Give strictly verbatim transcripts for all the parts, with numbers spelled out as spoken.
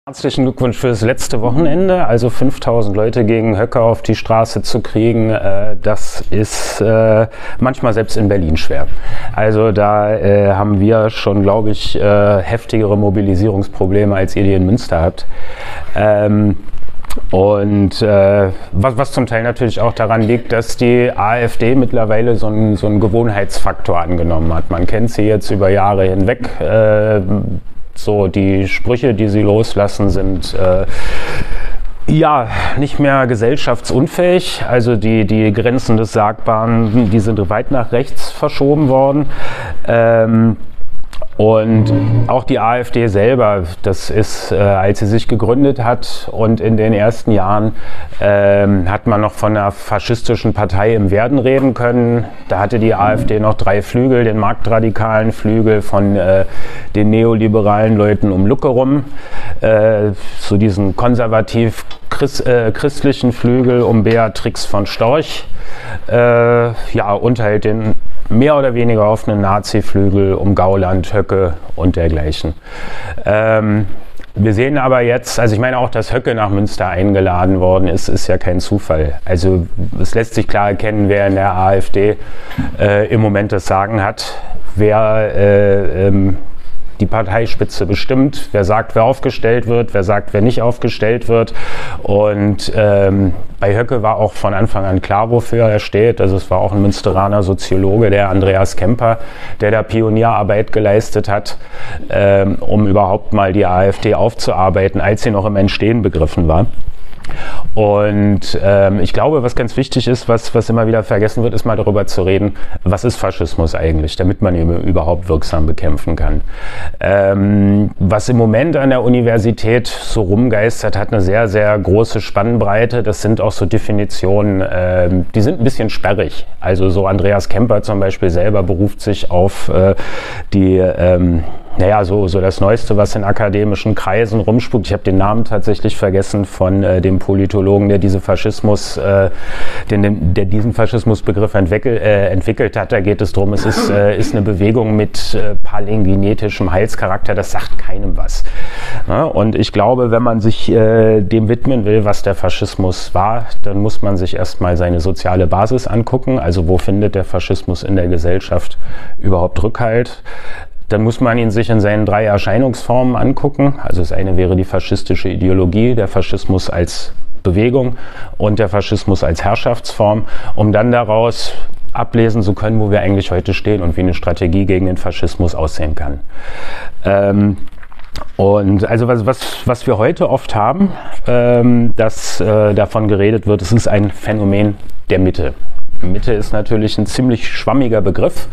Herzlichen Glückwunsch für das letzte Wochenende, also fünftausend Leute gegen Höcke auf die Straße zu kriegen, äh, das ist äh, manchmal selbst in Berlin schwer. Also da äh, haben wir schon, glaube ich, äh, heftigere Mobilisierungsprobleme, als ihr die in Münster habt. Ähm, Und äh, was, was zum Teil natürlich auch daran liegt, dass die AfD mittlerweile so einen so einen Gewohnheitsfaktor angenommen hat. Man kennt sie jetzt über Jahre hinweg. Äh, so die Sprüche, die sie loslassen, sind äh, ja nicht mehr gesellschaftsunfähig. Also die, die Grenzen des Sagbaren, die sind weit nach rechts verschoben worden. Ähm, Und auch die AfD selber, das ist, äh, als sie sich gegründet hat und in den ersten Jahren ähm, hat man noch von einer faschistischen Partei im Werden reden können. Da hatte die AfD noch drei Flügel, den marktradikalen Flügel von äh, den neoliberalen Leuten um Lucke rum, äh, so diesen konservativ Christ, äh, christlichen Flügel um Beatrix von Storch, äh, ja, und halt den mehr oder weniger offenen Nazi-Flügel um Gauland, Höcke und dergleichen. Ähm, wir sehen aber jetzt, also ich meine auch, dass Höcke nach Münster eingeladen worden ist, ist ja kein Zufall. Also es lässt sich klar erkennen, wer in der AfD äh, im Moment das Sagen hat, wer äh, ähm, die Parteispitze bestimmt, wer sagt, wer aufgestellt wird, wer sagt, wer nicht aufgestellt wird. Und ähm, bei Höcke war auch von Anfang an klar, wofür er steht. Also es war auch ein Münsteraner Soziologe, der Andreas Kemper, der da Pionierarbeit geleistet hat, ähm, um überhaupt mal die AfD aufzuarbeiten, als sie noch im Entstehen begriffen war. Und ähm, ich glaube, was ganz wichtig ist, was, was immer wieder vergessen wird, ist mal darüber zu reden, was ist Faschismus eigentlich, damit man ihn überhaupt wirksam bekämpfen kann. Ähm, was im Moment an der Universität so rumgeistert, hat eine sehr, sehr große Spannbreite. Das sind auch so Definitionen, ähm, die sind ein bisschen sperrig. Also so Andreas Kemper zum Beispiel selber beruft sich auf äh, die ähm, Naja, so, so das Neueste, was in akademischen Kreisen rumspukt. Ich habe den Namen tatsächlich vergessen von äh, dem Politologen, der diese Faschismus, äh, den, der diesen Faschismusbegriff entwickel, äh, entwickelt hat. Da geht es darum, es ist, äh, ist eine Bewegung mit äh, palingenetischem Heilscharakter. Das sagt keinem was. Ja, und ich glaube, wenn man sich äh, dem widmen will, was der Faschismus war, dann muss man sich erstmal seine soziale Basis angucken. Also wo findet der Faschismus in der Gesellschaft überhaupt Rückhalt? Dann muss man ihn sich in seinen drei Erscheinungsformen angucken. Also das eine wäre die faschistische Ideologie, der Faschismus als Bewegung und der Faschismus als Herrschaftsform, um dann daraus ablesen zu können, wo wir eigentlich heute stehen und wie eine Strategie gegen den Faschismus aussehen kann. Ähm, Und also was, was, was wir heute oft haben, ähm, dass äh, davon geredet wird, es ist ein Phänomen der Mitte. Mitte ist natürlich ein ziemlich schwammiger Begriff,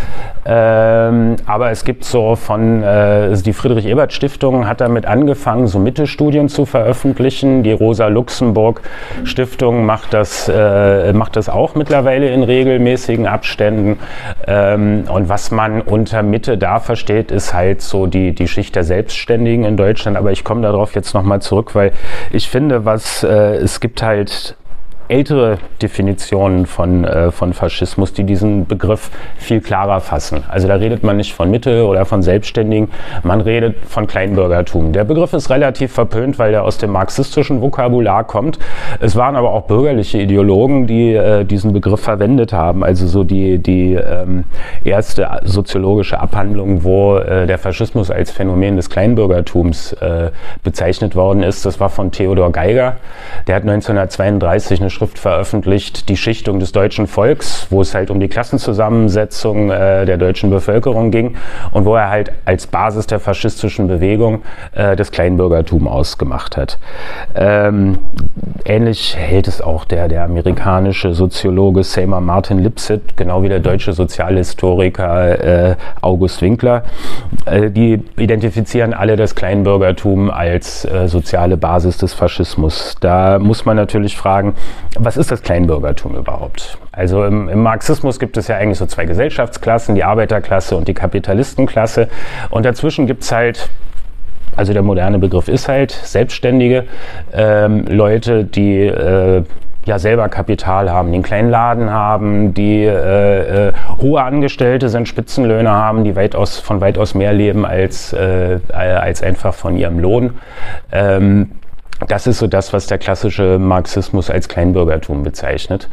ähm, aber es gibt so von, äh, die Friedrich-Ebert-Stiftung hat damit angefangen, so Mitte-Studien zu veröffentlichen. Die Rosa-Luxemburg-Stiftung macht das, äh, macht das auch mittlerweile in regelmäßigen Abständen. Ähm, und was man unter Mitte da versteht, ist halt so die, die Schicht der Selbstständigen in Deutschland. Aber ich komme darauf jetzt nochmal zurück, weil ich finde, was äh, es gibt halt ältere Definitionen von, äh, von Faschismus, die diesen Begriff viel klarer fassen. Also da redet man nicht von Mitte oder von Selbstständigen, man redet von Kleinbürgertum. Der Begriff ist relativ verpönt, weil der aus dem marxistischen Vokabular kommt. Es waren aber auch bürgerliche Ideologen, die äh, diesen Begriff verwendet haben. Also so die, die ähm, erste soziologische Abhandlung, wo äh, der Faschismus als Phänomen des Kleinbürgertums äh, bezeichnet worden ist, das war von Theodor Geiger. Der hat neunzehnhundertzweiunddreißig eine Schrift veröffentlicht, Die Schichtung des deutschen Volks, wo es halt um die Klassenzusammensetzung äh, der deutschen Bevölkerung ging und wo er halt als Basis der faschistischen Bewegung äh, das Kleinbürgertum ausgemacht hat. Ähm, ähnlich hält es auch der, der amerikanische Soziologe Seymour Martin Lipset, genau wie der deutsche Sozialhistoriker äh, August Winkler. Äh, die identifizieren alle das Kleinbürgertum als äh, soziale Basis des Faschismus. Da muss man natürlich fragen, was ist das Kleinbürgertum überhaupt? Also im, im Marxismus gibt es ja eigentlich so zwei Gesellschaftsklassen, die Arbeiterklasse und die Kapitalistenklasse. Und dazwischen gibt es halt, also der moderne Begriff ist halt Selbstständige, ähm, Leute, die äh, ja selber Kapital haben, die einen kleinen Laden haben, die äh, äh, hohe Angestellte sind, Spitzenlöhne haben, die weitaus, von weitaus mehr leben als, äh, als einfach von ihrem Lohn. Ähm, das ist so das, was der klassische Marxismus als Kleinbürgertum bezeichnet.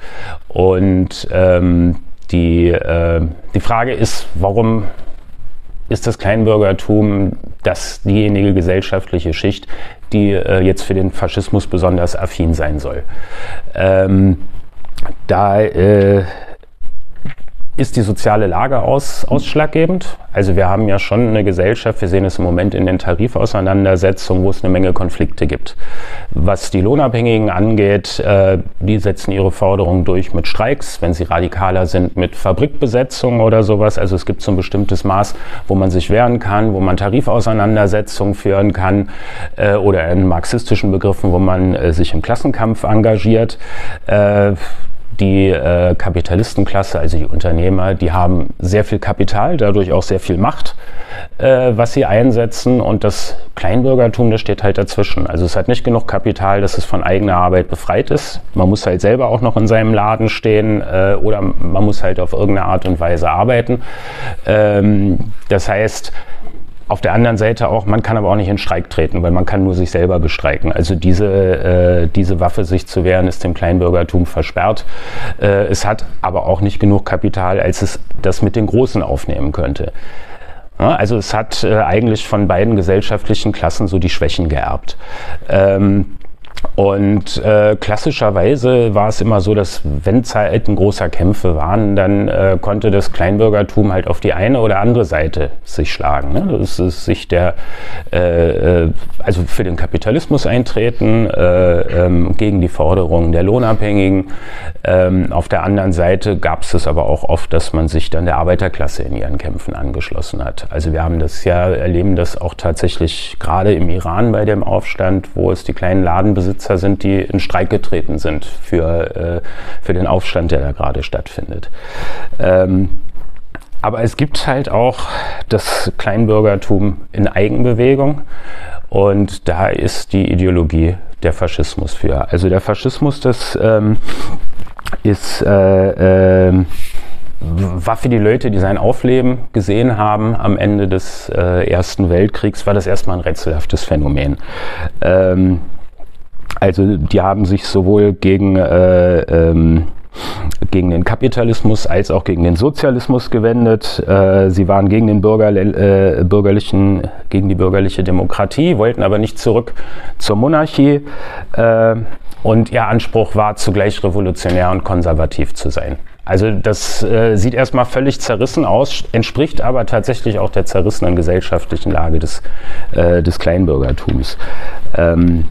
Und ähm, die, äh, die Frage ist, warum ist das Kleinbürgertum das diejenige gesellschaftliche Schicht, die äh, jetzt für den Faschismus besonders affin sein soll. Ähm, da äh, ist die soziale Lage aus, ausschlaggebend. Also wir haben ja schon eine Gesellschaft, wir sehen es im Moment in den Tarifauseinandersetzungen, wo es eine Menge Konflikte gibt. Was die Lohnabhängigen angeht, äh, die setzen ihre Forderungen durch mit Streiks, wenn sie radikaler sind mit Fabrikbesetzungen oder sowas. Also es gibt so ein bestimmtes Maß, wo man sich wehren kann, wo man Tarifauseinandersetzungen führen kann äh, oder in marxistischen Begriffen, wo man äh, sich im Klassenkampf engagiert. Äh, Die äh, Kapitalistenklasse, also die Unternehmer, die haben sehr viel Kapital, dadurch auch sehr viel Macht, äh, was sie einsetzen. Und das Kleinbürgertum, das steht halt dazwischen. Also es hat nicht genug Kapital, dass es von eigener Arbeit befreit ist. Man muss halt selber auch noch in seinem Laden stehen äh, oder man muss halt auf irgendeine Art und Weise arbeiten. Ähm, das heißt, auf der anderen Seite auch, man kann aber auch nicht in Streik treten, weil man kann nur sich selber bestreiken. Also diese, äh, diese Waffe, sich zu wehren, ist dem Kleinbürgertum versperrt. Äh, es hat aber auch nicht genug Kapital, als es das mit den Großen aufnehmen könnte. Ja, also es hat äh, eigentlich von beiden gesellschaftlichen Klassen so die Schwächen geerbt. Ähm, Und äh, klassischerweise war es immer so, dass wenn Zeiten großer Kämpfe waren, dann äh, konnte das Kleinbürgertum halt auf die eine oder andere Seite sich schlagen. Ne? Das ist sich der, äh, also für den Kapitalismus eintreten, äh, ähm, gegen die Forderungen der Lohnabhängigen. Ähm, auf der anderen Seite gab es es aber auch oft, dass man sich dann der Arbeiterklasse in ihren Kämpfen angeschlossen hat. Also wir haben das ja, erleben das auch tatsächlich gerade im Iran bei dem Aufstand, wo es die kleinen Ladenbesitzer sind, die in Streik getreten sind für, äh, für den Aufstand, der da gerade stattfindet. Ähm, aber es gibt halt auch das Kleinbürgertum in Eigenbewegung und da ist die Ideologie der Faschismus für. Also der Faschismus, das ähm, ist äh, äh, war für die Leute, die sein Aufleben gesehen haben am Ende des äh, Ersten Weltkriegs, war das erstmal ein rätselhaftes Phänomen. Ähm, Also die haben sich sowohl gegen, äh, ähm, gegen den Kapitalismus als auch gegen den Sozialismus gewendet. Äh, sie waren gegen den Bürger, äh, bürgerlichen, gegen die bürgerliche Demokratie, wollten aber nicht zurück zur Monarchie. Äh, und ihr Anspruch war, zugleich revolutionär und konservativ zu sein. Also das äh, sieht erstmal völlig zerrissen aus, entspricht aber tatsächlich auch der zerrissenen gesellschaftlichen Lage des, äh, des Kleinbürgertums. Ähm,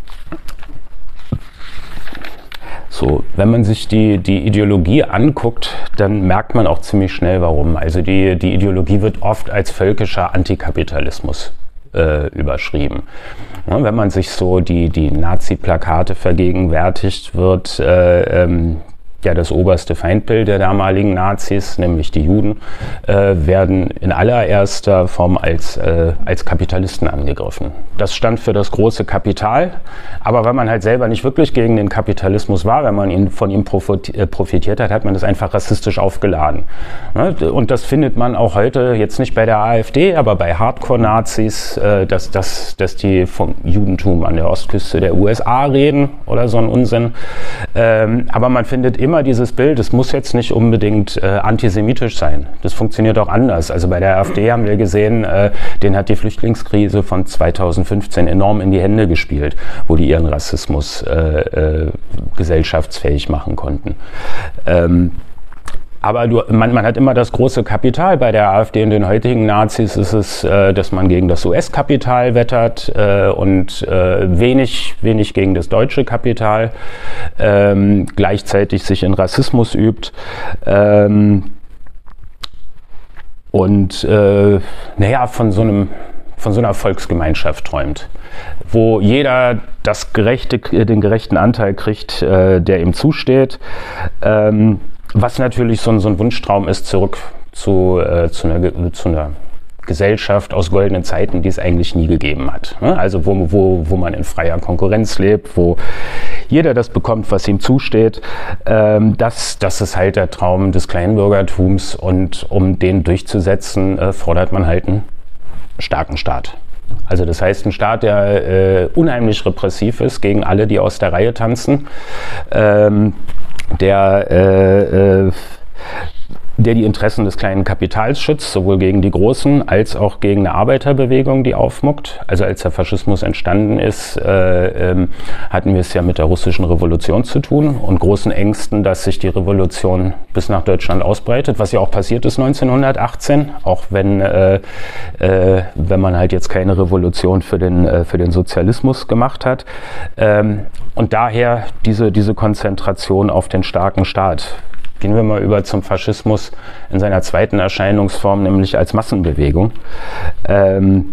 So, wenn man sich die, die Ideologie anguckt, dann merkt man auch ziemlich schnell, warum. Also die, die Ideologie wird oft als völkischer Antikapitalismus äh, überschrieben. Ja, wenn man sich so die, die Nazi-Plakate vergegenwärtigt, wird äh, ähm, ja das oberste Feindbild der damaligen Nazis, nämlich die Juden, äh, werden in allererster Form als, äh, als Kapitalisten angegriffen. Das stand für das große Kapital, aber weil man halt selber nicht wirklich gegen den Kapitalismus war, wenn man ihn, von ihm profitiert hat, hat man das einfach rassistisch aufgeladen. Und das findet man auch heute, jetzt nicht bei der AfD, aber bei Hardcore-Nazis, äh, dass, dass, dass die vom Judentum an der Ostküste der U S A reden oder so ein Unsinn. Ähm, aber man findet immer immer dieses Bild, es muss jetzt nicht unbedingt äh, antisemitisch sein. Das funktioniert auch anders. Also bei der AfD haben wir gesehen, äh, denen hat die Flüchtlingskrise von zweitausendfünfzehn enorm in die Hände gespielt, wo die ihren Rassismus äh, äh, gesellschaftsfähig machen konnten. Ähm, Aber du, man, man hat immer das große Kapital. Bei der AfD und den heutigen Nazis ist es, äh, dass man gegen das U S-Kapital wettert äh, und äh, wenig, wenig gegen das deutsche Kapital, ähm, gleichzeitig sich in Rassismus übt. Ähm, und äh, naja, von so einem von so einer Volksgemeinschaft träumt, wo jeder das gerechte, den gerechten Anteil kriegt, äh, der ihm zusteht. Ähm, Was natürlich so ein, so ein Wunschtraum ist, zurück zu, äh, zu, einer, zu einer Gesellschaft aus goldenen Zeiten, die es eigentlich nie gegeben hat. Ne? Also wo, wo, wo man in freier Konkurrenz lebt, wo jeder das bekommt, was ihm zusteht. Ähm, das, das ist halt der Traum des Kleinbürgertums und um den durchzusetzen, äh, fordert man halt einen starken Staat. Also das heißt, ein Staat, der äh, unheimlich repressiv ist gegen alle, die aus der Reihe tanzen, ähm, der äh, äh, der die Interessen des kleinen Kapitals schützt, sowohl gegen die Großen als auch gegen eine Arbeiterbewegung, die aufmuckt. Also als der Faschismus entstanden ist, äh, ähm, hatten wir es ja mit der russischen Revolution zu tun und großen Ängsten, dass sich die Revolution bis nach Deutschland ausbreitet, was ja auch passiert ist neunzehnhundertachtzehn, auch wenn, äh, äh, wenn man halt jetzt keine Revolution für den, äh, für den Sozialismus gemacht hat. Ähm, und daher diese, diese Konzentration auf den starken Staat. Gehen wir mal über zum Faschismus in seiner zweiten Erscheinungsform, nämlich als Massenbewegung. Ähm,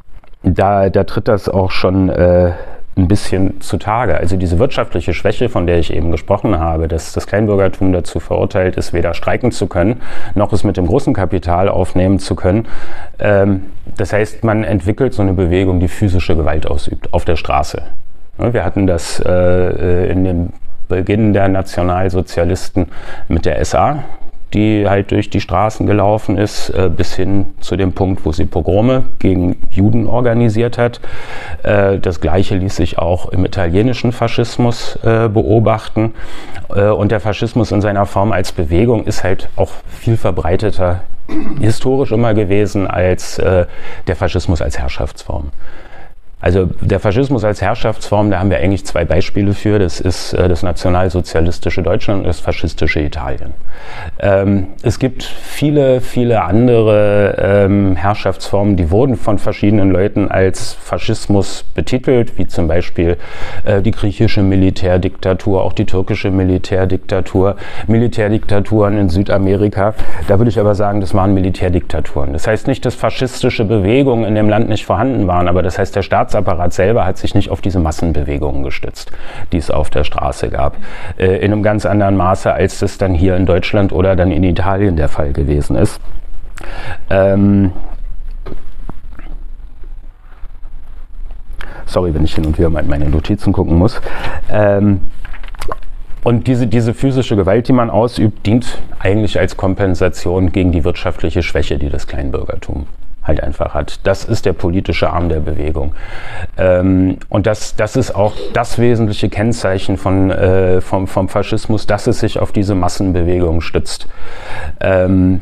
da, da tritt das auch schon äh, ein bisschen zutage. Also diese wirtschaftliche Schwäche, von der ich eben gesprochen habe, dass das Kleinbürgertum dazu verurteilt ist, weder streiken zu können, noch es mit dem großen Kapital aufnehmen zu können. Ähm, das heißt, man entwickelt so eine Bewegung, die physische Gewalt ausübt auf der Straße. Wir hatten das äh, in dem Beginn der Nationalsozialisten mit der S A, die halt durch die Straßen gelaufen ist, äh, bis hin zu dem Punkt, wo sie Pogrome gegen Juden organisiert hat. Äh, das Gleiche ließ sich auch im italienischen Faschismus äh, beobachten. Äh, und der Faschismus in seiner Form als Bewegung ist halt auch viel verbreiteter historisch immer gewesen als äh, der Faschismus als Herrschaftsform. Also der Faschismus als Herrschaftsform, da haben wir eigentlich zwei Beispiele für. Das ist äh, das nationalsozialistische Deutschland und das faschistische Italien. Ähm, es gibt viele, viele andere ähm, Herrschaftsformen, die wurden von verschiedenen Leuten als Faschismus betitelt, wie zum Beispiel äh, die griechische Militärdiktatur, auch die türkische Militärdiktatur, Militärdiktaturen in Südamerika. Da würde ich aber sagen, das waren Militärdiktaturen. Das heißt nicht, dass faschistische Bewegungen in dem Land nicht vorhanden waren, aber das heißt, der Staatsapparat selber hat sich nicht auf diese Massenbewegungen gestützt, die es auf der Straße gab. Äh, in einem ganz anderen Maße, als das dann hier in Deutschland oder dann in Italien der Fall gewesen ist. Ähm Sorry, wenn ich hin und wieder mal in meine Notizen gucken muss. Ähm Und diese, diese physische Gewalt, die man ausübt, dient eigentlich als Kompensation gegen die wirtschaftliche Schwäche, die das Kleinbürgertum halt einfach hat. Das ist der politische Arm der Bewegung. Ähm, und das, das ist auch das wesentliche Kennzeichen von, äh, vom, vom Faschismus, dass es sich auf diese Massenbewegung stützt. Ähm,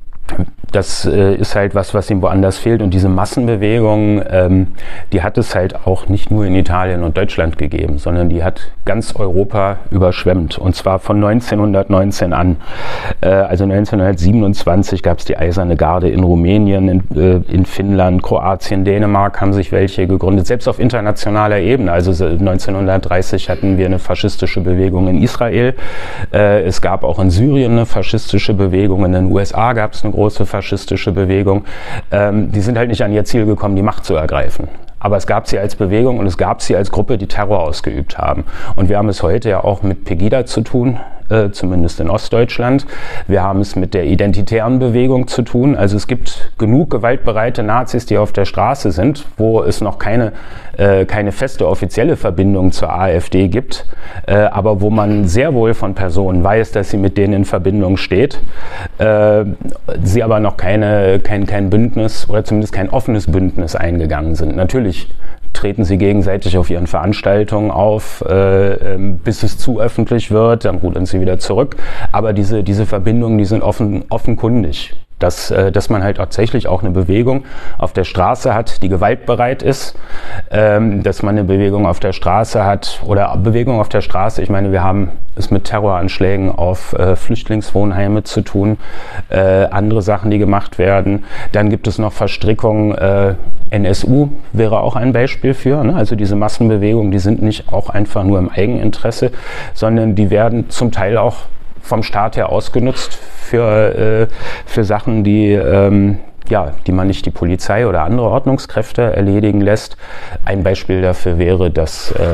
Das äh, ist halt was, was ihm woanders fehlt. Und diese Massenbewegung, ähm, die hat es halt auch nicht nur in Italien und Deutschland gegeben, sondern die hat ganz Europa überschwemmt. Und zwar von neunzehnhundertneunzehn an. Äh, also neunzehnhundertsiebenundzwanzig gab es die Eiserne Garde in Rumänien, in, äh, in Finnland, Kroatien, Dänemark haben sich welche gegründet. Selbst auf internationaler Ebene. Also neunzehnhundertdreißig hatten wir eine faschistische Bewegung in Israel. Äh, es gab auch in Syrien eine faschistische Bewegung. In den U S A gab es eine große faschistische Bewegung. Ähm, die sind halt nicht an ihr Ziel gekommen, die Macht zu ergreifen. Aber es gab sie als Bewegung und es gab sie als Gruppe, die Terror ausgeübt haben. Und wir haben es heute ja auch mit Pegida zu tun, äh, zumindest in Ostdeutschland. Wir haben es mit der identitären Bewegung zu tun. Also es gibt genug gewaltbereite Nazis, die auf der Straße sind, wo es noch keine, äh, keine feste offizielle Verbindung zur AfD gibt, äh, aber wo man sehr wohl von Personen weiß, dass sie mit denen in Verbindung steht, äh, sie aber noch keine, kein, kein Bündnis oder zumindest kein offenes Bündnis eingegangen sind. Natürlich treten sie gegenseitig auf ihren Veranstaltungen auf, äh, bis es zu öffentlich wird, dann rudern sie wieder zurück. Aber diese, diese Verbindungen, die sind offen, offenkundig. Dass, äh, dass man halt tatsächlich auch eine Bewegung auf der Straße hat, die gewaltbereit ist, ähm, dass man eine Bewegung auf der Straße hat oder Bewegung auf der Straße, ich meine, wir haben es mit Terroranschlägen auf äh, Flüchtlingswohnheime zu tun, äh, andere Sachen, die gemacht werden. Dann gibt es noch Verstrickungen, äh, N S U wäre auch ein Beispiel für, ne? Also diese Massenbewegungen, die sind nicht auch einfach nur im Eigeninteresse, sondern die werden zum Teil auch vom Staat her ausgenutzt für, äh, für Sachen, die, ähm, ja, die man nicht die Polizei oder andere Ordnungskräfte erledigen lässt. Ein Beispiel dafür wäre, dass ähm,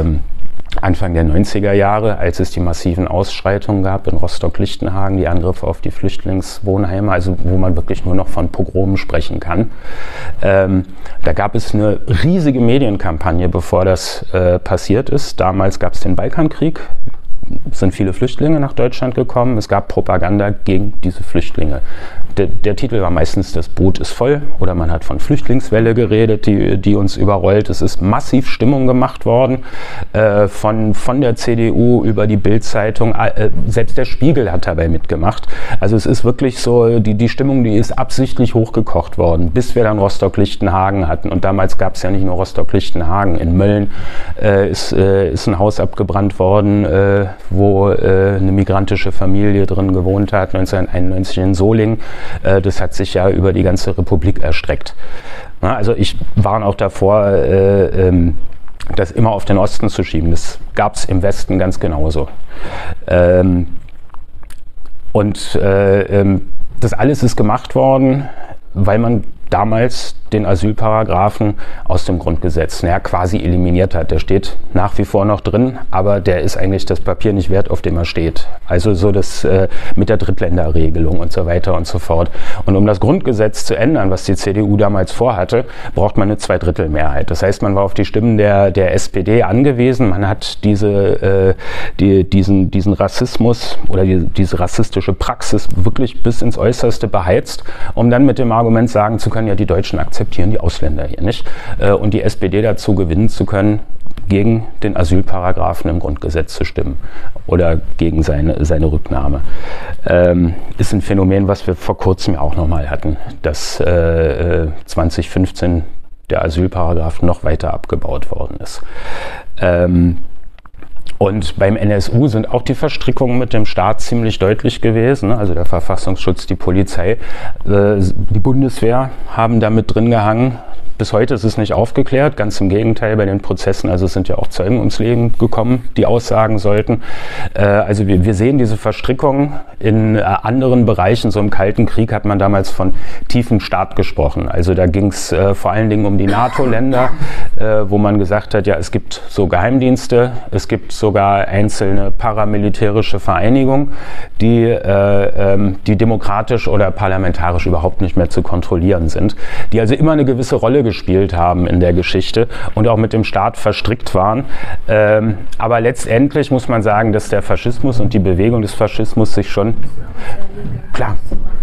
Anfang der neunziger Jahre, als es die massiven Ausschreitungen gab in Rostock-Lichtenhagen, die Angriffe auf die Flüchtlingswohnheime, also wo man wirklich nur noch von Pogromen sprechen kann. Ähm, da gab es eine riesige Medienkampagne, bevor das äh, passiert ist. Damals gab es den Balkankrieg, sind viele Flüchtlinge nach Deutschland gekommen. Es gab Propaganda gegen diese Flüchtlinge. Der, der Titel war meistens "Das Boot ist voll" oder man hat von Flüchtlingswelle geredet, die, die uns überrollt. Es ist massiv Stimmung gemacht worden, äh, von, von der C D U über die Bild-Zeitung. Äh, selbst der Spiegel hat dabei mitgemacht. Also es ist wirklich so, die, die Stimmung, die ist absichtlich hochgekocht worden, bis wir dann Rostock-Lichtenhagen hatten. Und damals gab es ja nicht nur Rostock-Lichtenhagen. In Mölln äh, ist, äh, ist ein Haus abgebrannt worden, äh, wo äh, eine migrantische Familie drin gewohnt hat, neunzehnhunderteinundneunzig in Solingen. Äh, das hat sich ja über die ganze Republik erstreckt. Na, also ich warne auch davor, äh, ähm, das immer auf den Osten zu schieben. Das gab es im Westen ganz genauso. Ähm, und äh, ähm, das alles ist gemacht worden, weil man damals den Asylparagraphen aus dem Grundgesetz, naja, quasi eliminiert hat. Der steht nach wie vor noch drin, aber der ist eigentlich das Papier nicht wert, auf dem er steht. Also so das äh, mit der Drittländerregelung und so weiter und so fort. Und um das Grundgesetz zu ändern, was die C D U damals vorhatte, braucht man eine Zweidrittelmehrheit. Das heißt, man war auf die Stimmen der, der S P D angewiesen. Man hat diese, äh, die, diesen, diesen Rassismus oder die, diese rassistische Praxis wirklich bis ins Äußerste beheizt, um dann mit dem Argument sagen zu können, ja, die Deutschen akzeptieren die Ausländer hier nicht, äh, und die S P D dazu gewinnen zu können, gegen den Asylparagraphen im Grundgesetz zu stimmen oder gegen seine, seine Rücknahme. Ähm, ist ein Phänomen, was wir vor kurzem auch nochmal hatten, dass äh, zwanzig fünfzehn der Asylparagraph noch weiter abgebaut worden ist. Ähm, Und beim N S U sind auch die Verstrickungen mit dem Staat ziemlich deutlich gewesen. Also der Verfassungsschutz, die Polizei, äh, die Bundeswehr haben da mit drin gehangen. Bis heute ist es nicht aufgeklärt, ganz im Gegenteil bei den Prozessen. Also es sind ja auch Zeugen ums Leben gekommen, die aussagen sollten. Äh, also wir, wir sehen diese Verstrickung in äh, anderen Bereichen. So im Kalten Krieg hat man damals von tiefen Staat gesprochen. Also da ging es äh, vor allen Dingen um die NATO-Länder, äh, wo man gesagt hat, ja, es gibt so Geheimdienste, es gibt sogar einzelne paramilitärische Vereinigungen, die, äh, ähm, die demokratisch oder parlamentarisch überhaupt nicht mehr zu kontrollieren sind, die also immer eine gewisse Rolle gespielt haben in der Geschichte und auch mit dem Staat verstrickt waren. Ähm, aber letztendlich muss man sagen, dass der Faschismus und die Bewegung des Faschismus sich schon, klar,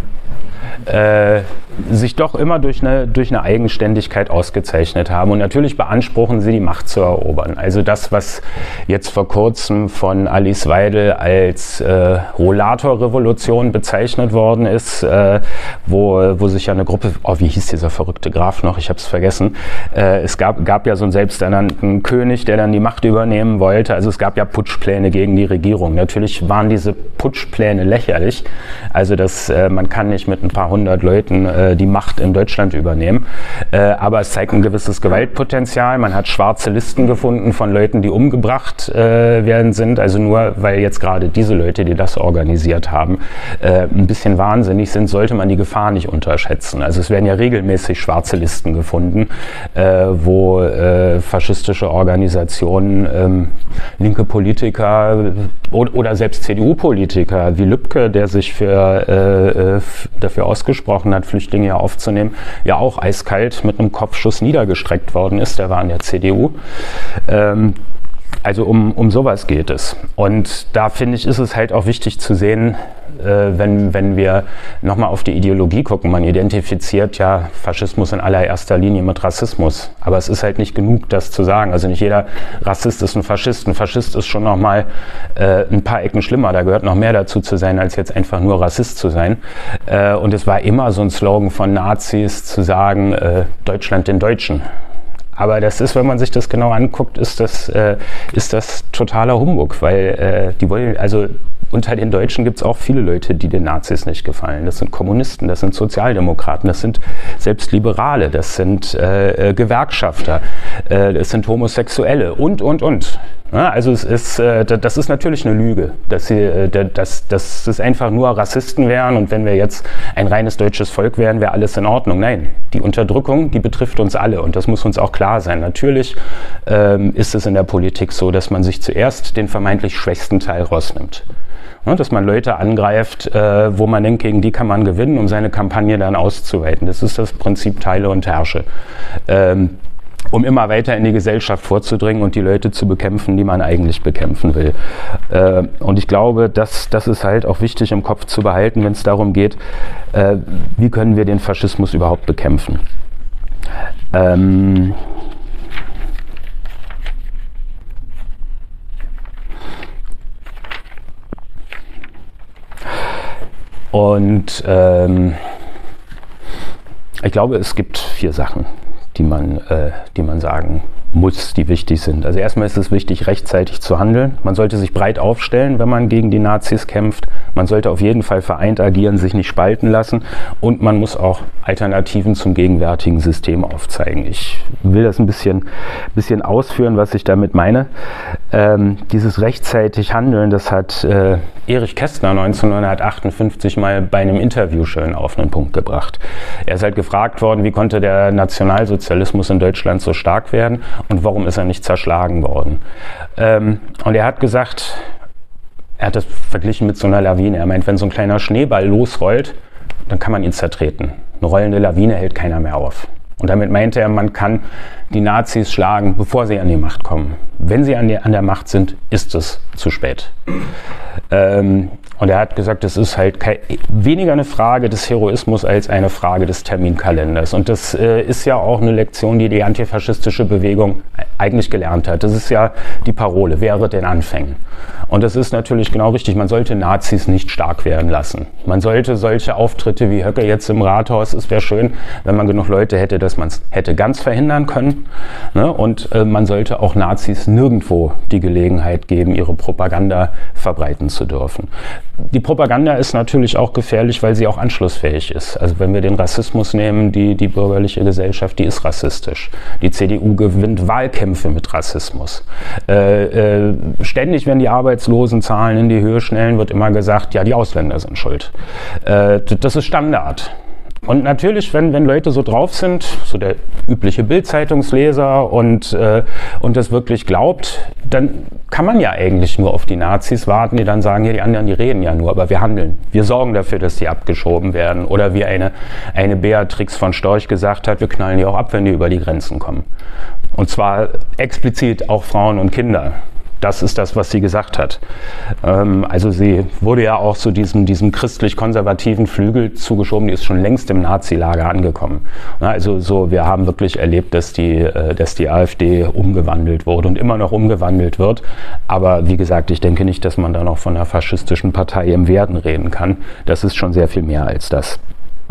äh, sich doch immer durch eine, durch eine Eigenständigkeit ausgezeichnet haben. Und natürlich beanspruchen sie, die Macht zu erobern. Also das, was jetzt vor kurzem von Alice Weidel als äh, Rollator-Revolution bezeichnet worden ist, äh, wo, wo sich ja eine Gruppe, oh, wie hieß dieser verrückte Graf noch? Ich habe es vergessen. Äh, es gab, gab ja so einen selbsternannten König, der dann die Macht übernehmen wollte. Also es gab ja Putschpläne gegen die Regierung. Natürlich waren diese Putschpläne lächerlich. Also das, äh, man kann nicht mit ein paar hundert Leuten äh, die Macht in Deutschland übernehmen. Äh, aber es zeigt ein gewisses Gewaltpotenzial. Man hat schwarze Listen gefunden von Leuten, die umgebracht äh, werden sind. Also nur weil jetzt gerade diese Leute, die das organisiert haben, äh, ein bisschen wahnsinnig sind, sollte man die Gefahr nicht unterschätzen. Also es werden ja regelmäßig schwarze Listen gefunden, äh, wo äh, faschistische Organisationen, ähm, linke Politiker oder, oder selbst C D U-Politiker wie Lübcke, der sich für, äh, dafür ausgesprochen hat, Flüchtlinge hier aufzunehmen, ja auch eiskalt mit einem Kopfschuss niedergestreckt worden ist. Der war in der C D U. Ähm, also um, um sowas geht es. Und da finde ich, ist es halt auch wichtig zu sehen, äh, wenn, wenn wir nochmal auf die Ideologie gucken. Man identifiziert ja Faschismus in allererster Linie mit Rassismus. Aber es ist halt nicht genug, das zu sagen. Also nicht jeder Rassist ist ein Faschist. Ein Faschist ist schon nochmal äh, ein paar Ecken schlimmer. Da gehört noch mehr dazu zu sein, als jetzt einfach nur Rassist zu sein. Äh, und es war immer so ein Slogan von Nazis, zu sagen, äh, Deutschland den Deutschen. Aber das ist, wenn man sich das genau anguckt, ist das, äh, ist das totaler Humbug, weil äh, die wollen, also unter den Deutschen gibt es auch viele Leute, die den Nazis nicht gefallen. Das sind Kommunisten, das sind Sozialdemokraten, das sind selbst Liberale, das sind äh, Gewerkschafter, äh, das sind Homosexuelle und, und, und. Ja, also es ist, äh, das ist natürlich eine Lüge, dass, sie, äh, dass, dass es einfach nur Rassisten wären und wenn wir jetzt ein reines deutsches Volk wären, wäre alles in Ordnung. Nein, die Unterdrückung, die betrifft uns alle und das muss uns auch klar sein. Natürlich ähm, ist es in der Politik so, dass man sich zuerst den vermeintlich schwächsten Teil rausnimmt. Ja, dass man Leute angreift, äh, wo man denkt, gegen die kann man gewinnen, um seine Kampagne dann auszuweiten. Das ist das Prinzip Teile und Herrsche. Ähm, um immer weiter in die Gesellschaft vorzudringen und die Leute zu bekämpfen, die man eigentlich bekämpfen will. Äh, und ich glaube, das, das ist halt auch wichtig im Kopf zu behalten, wenn es darum geht, äh, wie können wir den Faschismus überhaupt bekämpfen. Ähm und ähm ich glaube, es gibt vier Sachen, die man, äh, die man sagen muss, die wichtig sind. Also erstmal ist es wichtig, rechtzeitig zu handeln. Man sollte sich breit aufstellen, wenn man gegen die Nazis kämpft. Man sollte auf jeden Fall vereint agieren, sich nicht spalten lassen. Und man muss auch Alternativen zum gegenwärtigen System aufzeigen. Ich will das ein bisschen, bisschen ausführen, was ich damit meine. Ähm, dieses rechtzeitig Handeln, das hat äh, Erich Kästner neunzehnhundertachtundfünfzig mal bei einem Interview schön auf einen Punkt gebracht. Er ist halt gefragt worden, wie konnte der Nationalsozialismus in Deutschland so stark werden und warum ist er nicht zerschlagen worden. Ähm, und er hat gesagt, er hat das verglichen mit so einer Lawine. Er meint, wenn so ein kleiner Schneeball losrollt, dann kann man ihn zertreten. Eine rollende Lawine hält keiner mehr auf. Und damit meinte er, man kann die Nazis schlagen, bevor sie an die Macht kommen. Wenn sie an, die, an der Macht sind, ist es zu spät. Ähm, und er hat gesagt, es ist halt kein, weniger eine Frage des Heroismus als eine Frage des Terminkalenders. Und das äh, ist ja auch eine Lektion, die die antifaschistische Bewegung eigentlich gelernt hat. Das ist ja die Parole, wehret den Anfängen. Und das ist natürlich genau richtig. Man sollte Nazis nicht stark werden lassen. Man sollte solche Auftritte wie Höcke jetzt im Rathaus, es wäre schön, wenn man genug Leute hätte, dass man es hätte ganz verhindern können. Ne? Und äh, man sollte auch Nazis nirgendwo die Gelegenheit geben, ihre Propaganda verbreiten zu dürfen. Die Propaganda ist natürlich auch gefährlich, weil sie auch anschlussfähig ist. Also wenn wir den Rassismus nehmen, die, die bürgerliche Gesellschaft, die ist rassistisch. Die C D U gewinnt Wahlkämpfe mit Rassismus. Äh, äh, ständig, wenn die Arbeitslosenzahlen in die Höhe schnellen, wird immer gesagt, ja, die Ausländer sind schuld. Äh, das ist Standard. Und natürlich, wenn, wenn Leute so drauf sind, so der übliche Bild-Zeitungsleser und, äh, und das wirklich glaubt, dann kann man ja eigentlich nur auf die Nazis warten, die dann sagen, ja, die anderen, die reden ja nur, aber wir handeln. Wir sorgen dafür, dass die abgeschoben werden. Oder wie eine, eine Beatrix von Storch gesagt hat, wir knallen die auch ab, wenn die über die Grenzen kommen. Und zwar explizit auch Frauen und Kinder. Das ist das, was sie gesagt hat. Ähm, also sie wurde ja auch zu diesem, diesem christlich-konservativen Flügel zugeschoben, die ist schon längst im Nazi-Lager angekommen. Na, also so, wir haben wirklich erlebt, dass die, äh, dass die AfD umgewandelt wurde und immer noch umgewandelt wird. Aber wie gesagt, ich denke nicht, dass man da noch von einer faschistischen Partei im Werden reden kann. Das ist schon sehr viel mehr als das.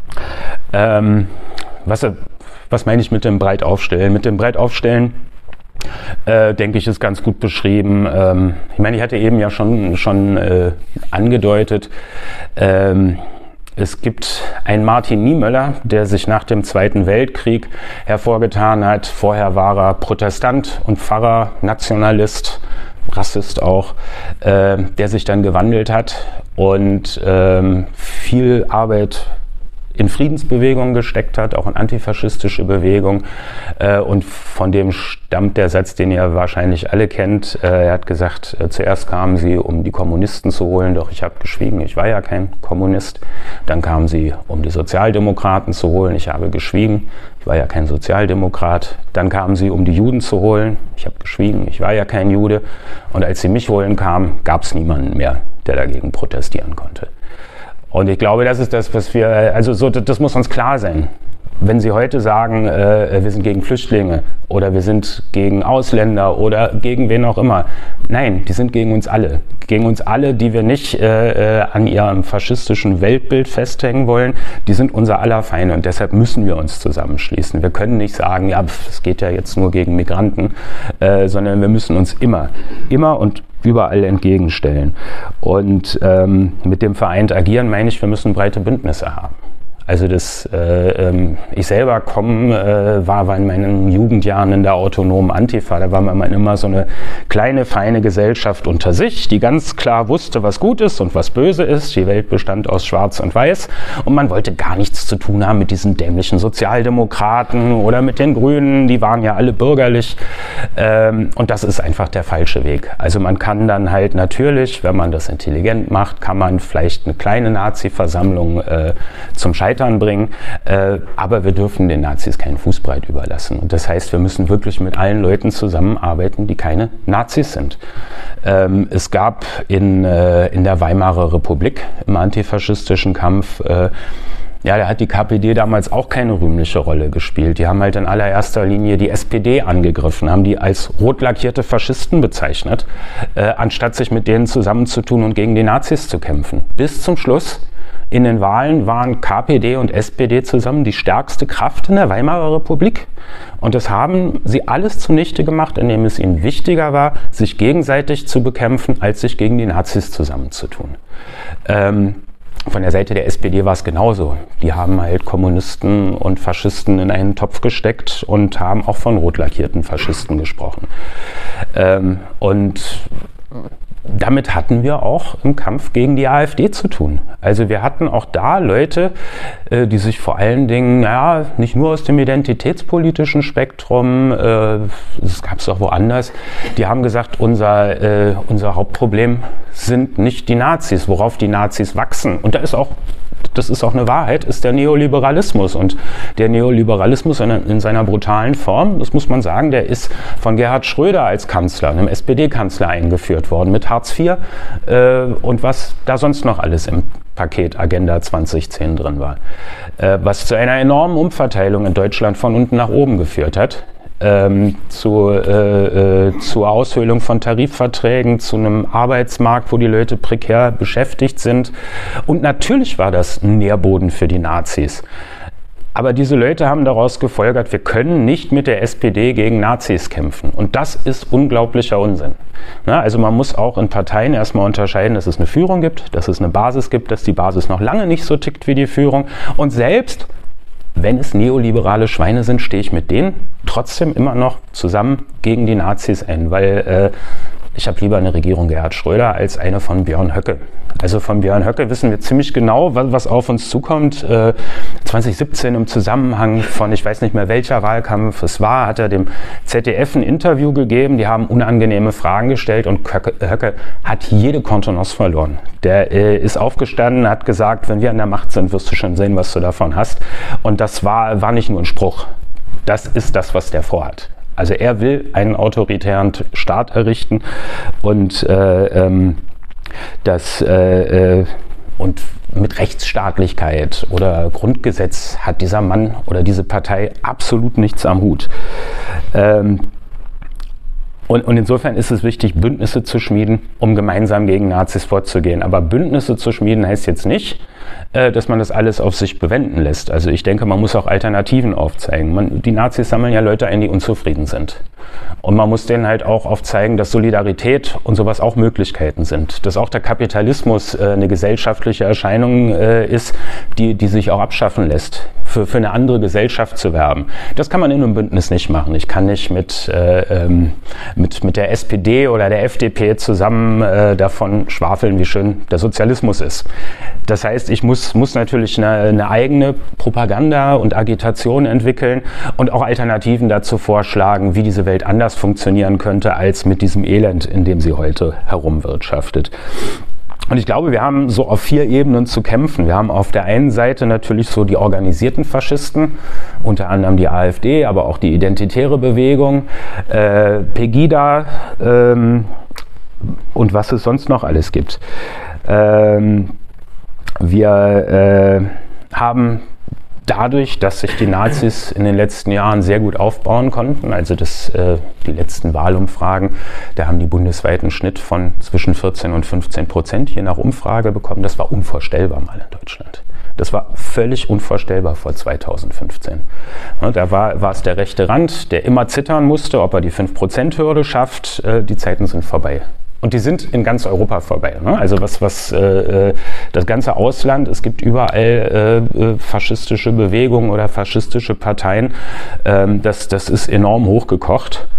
Ähm, was, was meine ich mit dem breit aufstellen? Mit dem breit aufstellen Äh, denke ich, ist ganz gut beschrieben. Ähm, ich meine, ich hatte eben ja schon, schon äh, angedeutet, ähm, es gibt einen Martin Niemöller, der sich nach dem Zweiten Weltkrieg hervorgetan hat. Vorher war er Protestant und Pfarrer, Nationalist, Rassist auch, äh, der sich dann gewandelt hat und ähm, viel Arbeit in Friedensbewegungen gesteckt hat, auch in antifaschistische Bewegungen. Äh, und von dem stammt der Satz, den ihr wahrscheinlich alle kennt. Äh, er hat gesagt, äh, zuerst kamen sie, um die Kommunisten zu holen, doch ich habe geschwiegen, ich war ja kein Kommunist. Dann kamen sie, um die Sozialdemokraten zu holen, ich habe geschwiegen, ich war ja kein Sozialdemokrat. Dann kamen sie, um die Juden zu holen, ich habe geschwiegen, ich war ja kein Jude. Und als sie mich holen kamen, gab es niemanden mehr, der dagegen protestieren konnte. Und ich glaube, das ist das, was wir, also so, das muss uns klar sein. Wenn Sie heute sagen, äh, wir sind gegen Flüchtlinge oder wir sind gegen Ausländer oder gegen wen auch immer. Nein, die sind gegen uns alle. Gegen uns alle, die wir nicht äh, an ihrem faschistischen Weltbild festhängen wollen. Die sind unser aller Feinde und deshalb müssen wir uns zusammenschließen. Wir können nicht sagen, ja, es geht ja jetzt nur gegen Migranten, äh, sondern wir müssen uns immer, immer und überall entgegenstellen. Und ähm, mit dem vereint Agieren meine ich, wir müssen breite Bündnisse haben. Also das, äh, ähm, ich selber komme, äh, war, war in meinen Jugendjahren in der autonomen Antifa, da war man immer so eine kleine, feine Gesellschaft unter sich, die ganz klar wusste, was gut ist und was böse ist. Die Welt bestand aus Schwarz und Weiß und man wollte gar nichts zu tun haben mit diesen dämlichen Sozialdemokraten oder mit den Grünen, die waren ja alle bürgerlich, ähm, und das ist einfach der falsche Weg. Also man kann dann halt natürlich, wenn man das intelligent macht, kann man vielleicht eine kleine Nazi-Versammlung äh, zum Scheitern bringen, äh, aber wir dürfen den Nazis keinen Fußbreit überlassen. Und das heißt, wir müssen wirklich mit allen Leuten zusammenarbeiten, die keine Nazis sind. Ähm, es gab in, äh, in der Weimarer Republik im antifaschistischen Kampf, äh, ja, da hat die K P D damals auch keine rühmliche Rolle gespielt. Die haben halt in allererster Linie die S P D angegriffen, haben die als rot lackierte Faschisten bezeichnet, äh, anstatt sich mit denen zusammenzutun und gegen die Nazis zu kämpfen. Bis zum Schluss. In den Wahlen waren K P D und S P D zusammen die stärkste Kraft in der Weimarer Republik. Und das haben sie alles zunichte gemacht, indem es ihnen wichtiger war, sich gegenseitig zu bekämpfen, als sich gegen die Nazis zusammenzutun. Ähm, Von der Seite der S P D war es genauso. Die haben halt Kommunisten und Faschisten in einen Topf gesteckt und haben auch von rot lackierten Faschisten gesprochen. Ähm, und damit hatten wir auch im Kampf gegen die AfD zu tun. Also wir hatten auch da Leute, äh, die sich vor allen Dingen, naja, nicht nur aus dem identitätspolitischen Spektrum, äh, das gab es auch woanders, die haben gesagt, unser, äh, unser Hauptproblem sind nicht die Nazis, worauf die Nazis wachsen. Und da ist auch Das ist auch eine Wahrheit, ist der Neoliberalismus. Und der Neoliberalismus in, in seiner brutalen Form, das muss man sagen, der ist von Gerhard Schröder als Kanzler, einem S P D-Kanzler eingeführt worden, mit Hartz vier äh, und was da sonst noch alles im Paket Agenda zwanzig zehn drin war. Äh, was zu einer enormen Umverteilung in Deutschland von unten nach oben geführt hat. Ähm, zu, äh, äh, zur Aushöhlung von Tarifverträgen, zu einem Arbeitsmarkt, wo die Leute prekär beschäftigt sind. Und natürlich war das ein Nährboden für die Nazis. Aber diese Leute haben daraus gefolgert, wir können nicht mit der S P D gegen Nazis kämpfen. Und das ist unglaublicher Unsinn. Na, also man muss auch in Parteien erstmal unterscheiden, dass es eine Führung gibt, dass es eine Basis gibt, dass die Basis noch lange nicht so tickt wie die Führung. Und selbst wenn es neoliberale Schweine sind, stehe ich mit denen trotzdem immer noch zusammen gegen die Nazis ein, weil äh, ich habe lieber eine Regierung Gerhard Schröder als eine von Björn Höcke. Also von Björn Höcke wissen wir ziemlich genau, was, was auf uns zukommt. Äh, zwanzig siebzehn im Zusammenhang von, ich weiß nicht mehr welcher Wahlkampf es war, hat er dem Z D F ein Interview gegeben. Die haben unangenehme Fragen gestellt und Höcke, Höcke hat jede Kontenance verloren. Der äh, ist aufgestanden, hat gesagt, wenn wir an der Macht sind, wirst du schon sehen, was du davon hast. Und das war, war nicht nur ein Spruch. Das ist das, was der vorhat. Also er will einen autoritären Staat errichten und äh, ähm, das äh, äh, und mit Rechtsstaatlichkeit oder Grundgesetz hat dieser Mann oder diese Partei absolut nichts am Hut. Ähm, Und, und insofern ist es wichtig, Bündnisse zu schmieden, um gemeinsam gegen Nazis vorzugehen. Aber Bündnisse zu schmieden heißt jetzt nicht, äh, dass man das alles auf sich bewenden lässt. Also ich denke, man muss auch Alternativen aufzeigen. Man, die Nazis sammeln ja Leute ein, die unzufrieden sind. Und man muss denen halt auch aufzeigen, dass Solidarität und sowas auch Möglichkeiten sind. Dass auch der Kapitalismus äh, eine gesellschaftliche Erscheinung äh, ist, die, die sich auch abschaffen lässt, für, für eine andere Gesellschaft zu werben. Das kann man in einem Bündnis nicht machen. Ich kann nicht mit, äh, ähm, mit, mit der S P D oder der F D P zusammen äh, davon schwafeln, wie schön der Sozialismus ist. Das heißt, ich muss, muss natürlich eine, eine eigene Propaganda und Agitation entwickeln und auch Alternativen dazu vorschlagen, wie diese Welt anders funktionieren könnte, als mit diesem Elend, in dem sie heute herumwirtschaftet. Und ich glaube, wir haben so auf vier Ebenen zu kämpfen. Wir haben auf der einen Seite natürlich so die organisierten Faschisten, unter anderem die AfD, aber auch die Identitäre Bewegung, äh, Pegida ähm, und was es sonst noch alles gibt. Ähm, wir äh, haben dadurch, dass sich die Nazis in den letzten Jahren sehr gut aufbauen konnten, also das, äh, die letzten Wahlumfragen, da haben die bundesweiten Schnitt von zwischen vierzehn und fünfzehn Prozent je nach Umfrage bekommen. Das war unvorstellbar mal in Deutschland. Das war völlig unvorstellbar vor zweitausendfünfzehn. Ja, da war, war es der rechte Rand, der immer zittern musste, ob er die fünf Prozent Hürde schafft. Äh, die Zeiten sind vorbei. Und die sind in ganz Europa vorbei. Ne? Also was, was äh, das ganze Ausland, es gibt überall äh, faschistische Bewegungen oder faschistische Parteien. Ähm, das, das ist enorm hochgekocht.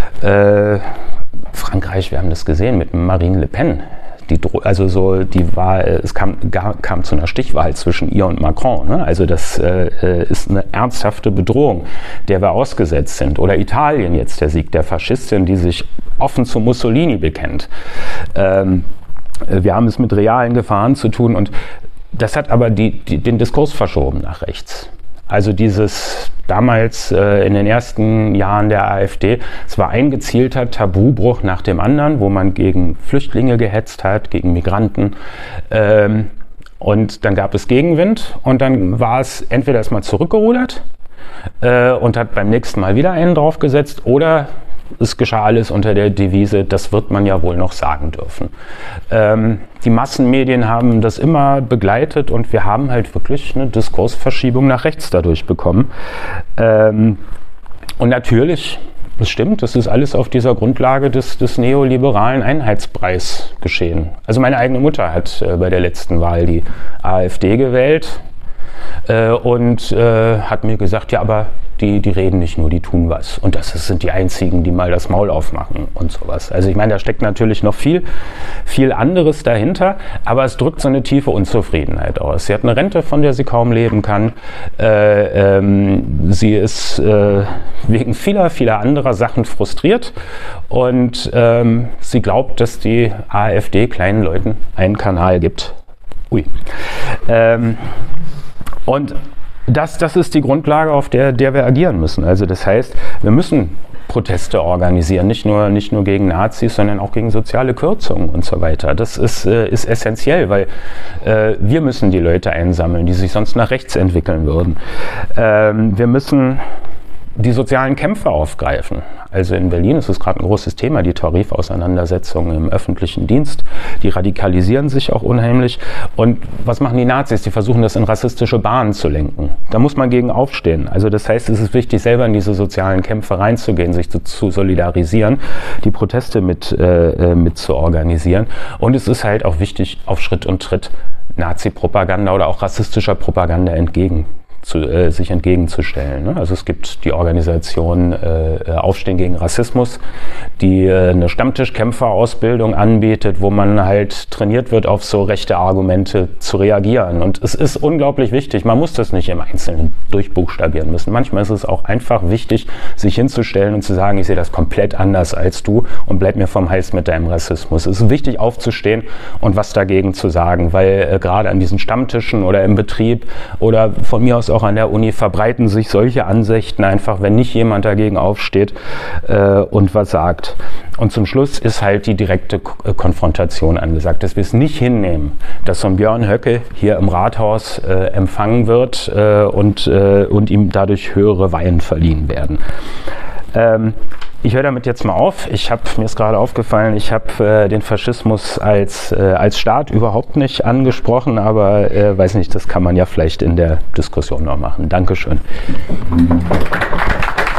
Äh, Frankreich, wir haben das gesehen mit Marine Le Pen. Die, also so, die war, es kam, kam zu einer Stichwahl zwischen ihr und Macron. Ne? Also das äh, ist eine ernsthafte Bedrohung, der wir ausgesetzt sind. Oder Italien jetzt, der Sieg der Faschistin, die sich offen zu Mussolini bekennt. Ähm, wir haben es mit realen Gefahren zu tun und das hat aber die, die, den Diskurs verschoben nach rechts. Also dieses damals äh, in den ersten Jahren der AfD, es war ein gezielter Tabubruch nach dem anderen, wo man gegen Flüchtlinge gehetzt hat, gegen Migranten. Ähm, und dann gab es Gegenwind und dann war es entweder erstmal zurückgerudert äh, und hat beim nächsten Mal wieder einen draufgesetzt oder es geschah alles unter der Devise, das wird man ja wohl noch sagen dürfen. Ähm, die Massenmedien haben das immer begleitet und wir haben halt wirklich eine Diskursverschiebung nach rechts dadurch bekommen. Ähm, und natürlich, das stimmt, das ist alles auf dieser Grundlage des, des neoliberalen Einheitspreis geschehen. Also meine eigene Mutter hat äh, bei der letzten Wahl die AfD gewählt äh, und äh, hat mir gesagt, ja, aber Die, die reden nicht nur, die tun was. Und das sind die einzigen, die mal das Maul aufmachen und sowas. Also ich meine, da steckt natürlich noch viel, viel anderes dahinter, aber es drückt so eine tiefe Unzufriedenheit aus. Sie hat eine Rente, von der sie kaum leben kann. Äh, ähm, sie ist äh, wegen vieler, vieler anderer Sachen frustriert und ähm, sie glaubt, dass die AfD kleinen Leuten einen Kanal gibt. Ui. Ähm, und Das, das ist die Grundlage, auf der, der wir agieren müssen. Also das heißt, wir müssen Proteste organisieren, nicht nur, nicht nur gegen Nazis, sondern auch gegen soziale Kürzungen und so weiter. Das ist, äh, ist essentiell, weil äh, wir müssen die Leute einsammeln, die sich sonst nach rechts entwickeln würden. Ähm, wir müssen die sozialen Kämpfe aufgreifen. Also in Berlin ist es gerade ein großes Thema, die Tarifauseinandersetzungen im öffentlichen Dienst. Die radikalisieren sich auch unheimlich. Und was machen die Nazis? Die versuchen das in rassistische Bahnen zu lenken. Da muss man gegen aufstehen. Also das heißt, es ist wichtig, selber in diese sozialen Kämpfe reinzugehen, sich zu, zu solidarisieren, die Proteste mit, äh, mit zu organisieren. Und es ist halt auch wichtig, auf Schritt und Tritt Nazi-Propaganda oder auch rassistischer Propaganda entgegen Zu, äh, sich entgegenzustellen. Ne? Also es gibt die Organisation äh, Aufstehen gegen Rassismus, die äh, eine Stammtischkämpferausbildung anbietet, wo man halt trainiert wird, auf so rechte Argumente zu reagieren. Und es ist unglaublich wichtig, man muss das nicht im Einzelnen durchbuchstabieren müssen. Manchmal ist es auch einfach wichtig, sich hinzustellen und zu sagen, ich sehe das komplett anders als du und bleib mir vom Hals mit deinem Rassismus. Es ist wichtig, aufzustehen und was dagegen zu sagen, weil äh, gerade an diesen Stammtischen oder im Betrieb oder von mir aus auch an der Uni verbreiten sich solche Ansichten einfach, wenn nicht jemand dagegen aufsteht äh, und was sagt. Und zum Schluss ist halt die direkte K- Konfrontation angesagt, dass wir es nicht hinnehmen, dass so ein Björn Höcke hier im Rathaus äh, empfangen wird äh, und, äh, und ihm dadurch höhere Weihen verliehen werden. Ähm, Ich höre damit jetzt mal auf. Ich habe, mir ist gerade aufgefallen, ich habe äh, den Faschismus als, äh, als Staat überhaupt nicht angesprochen, aber äh, weiß nicht, das kann man ja vielleicht in der Diskussion noch machen. Dankeschön.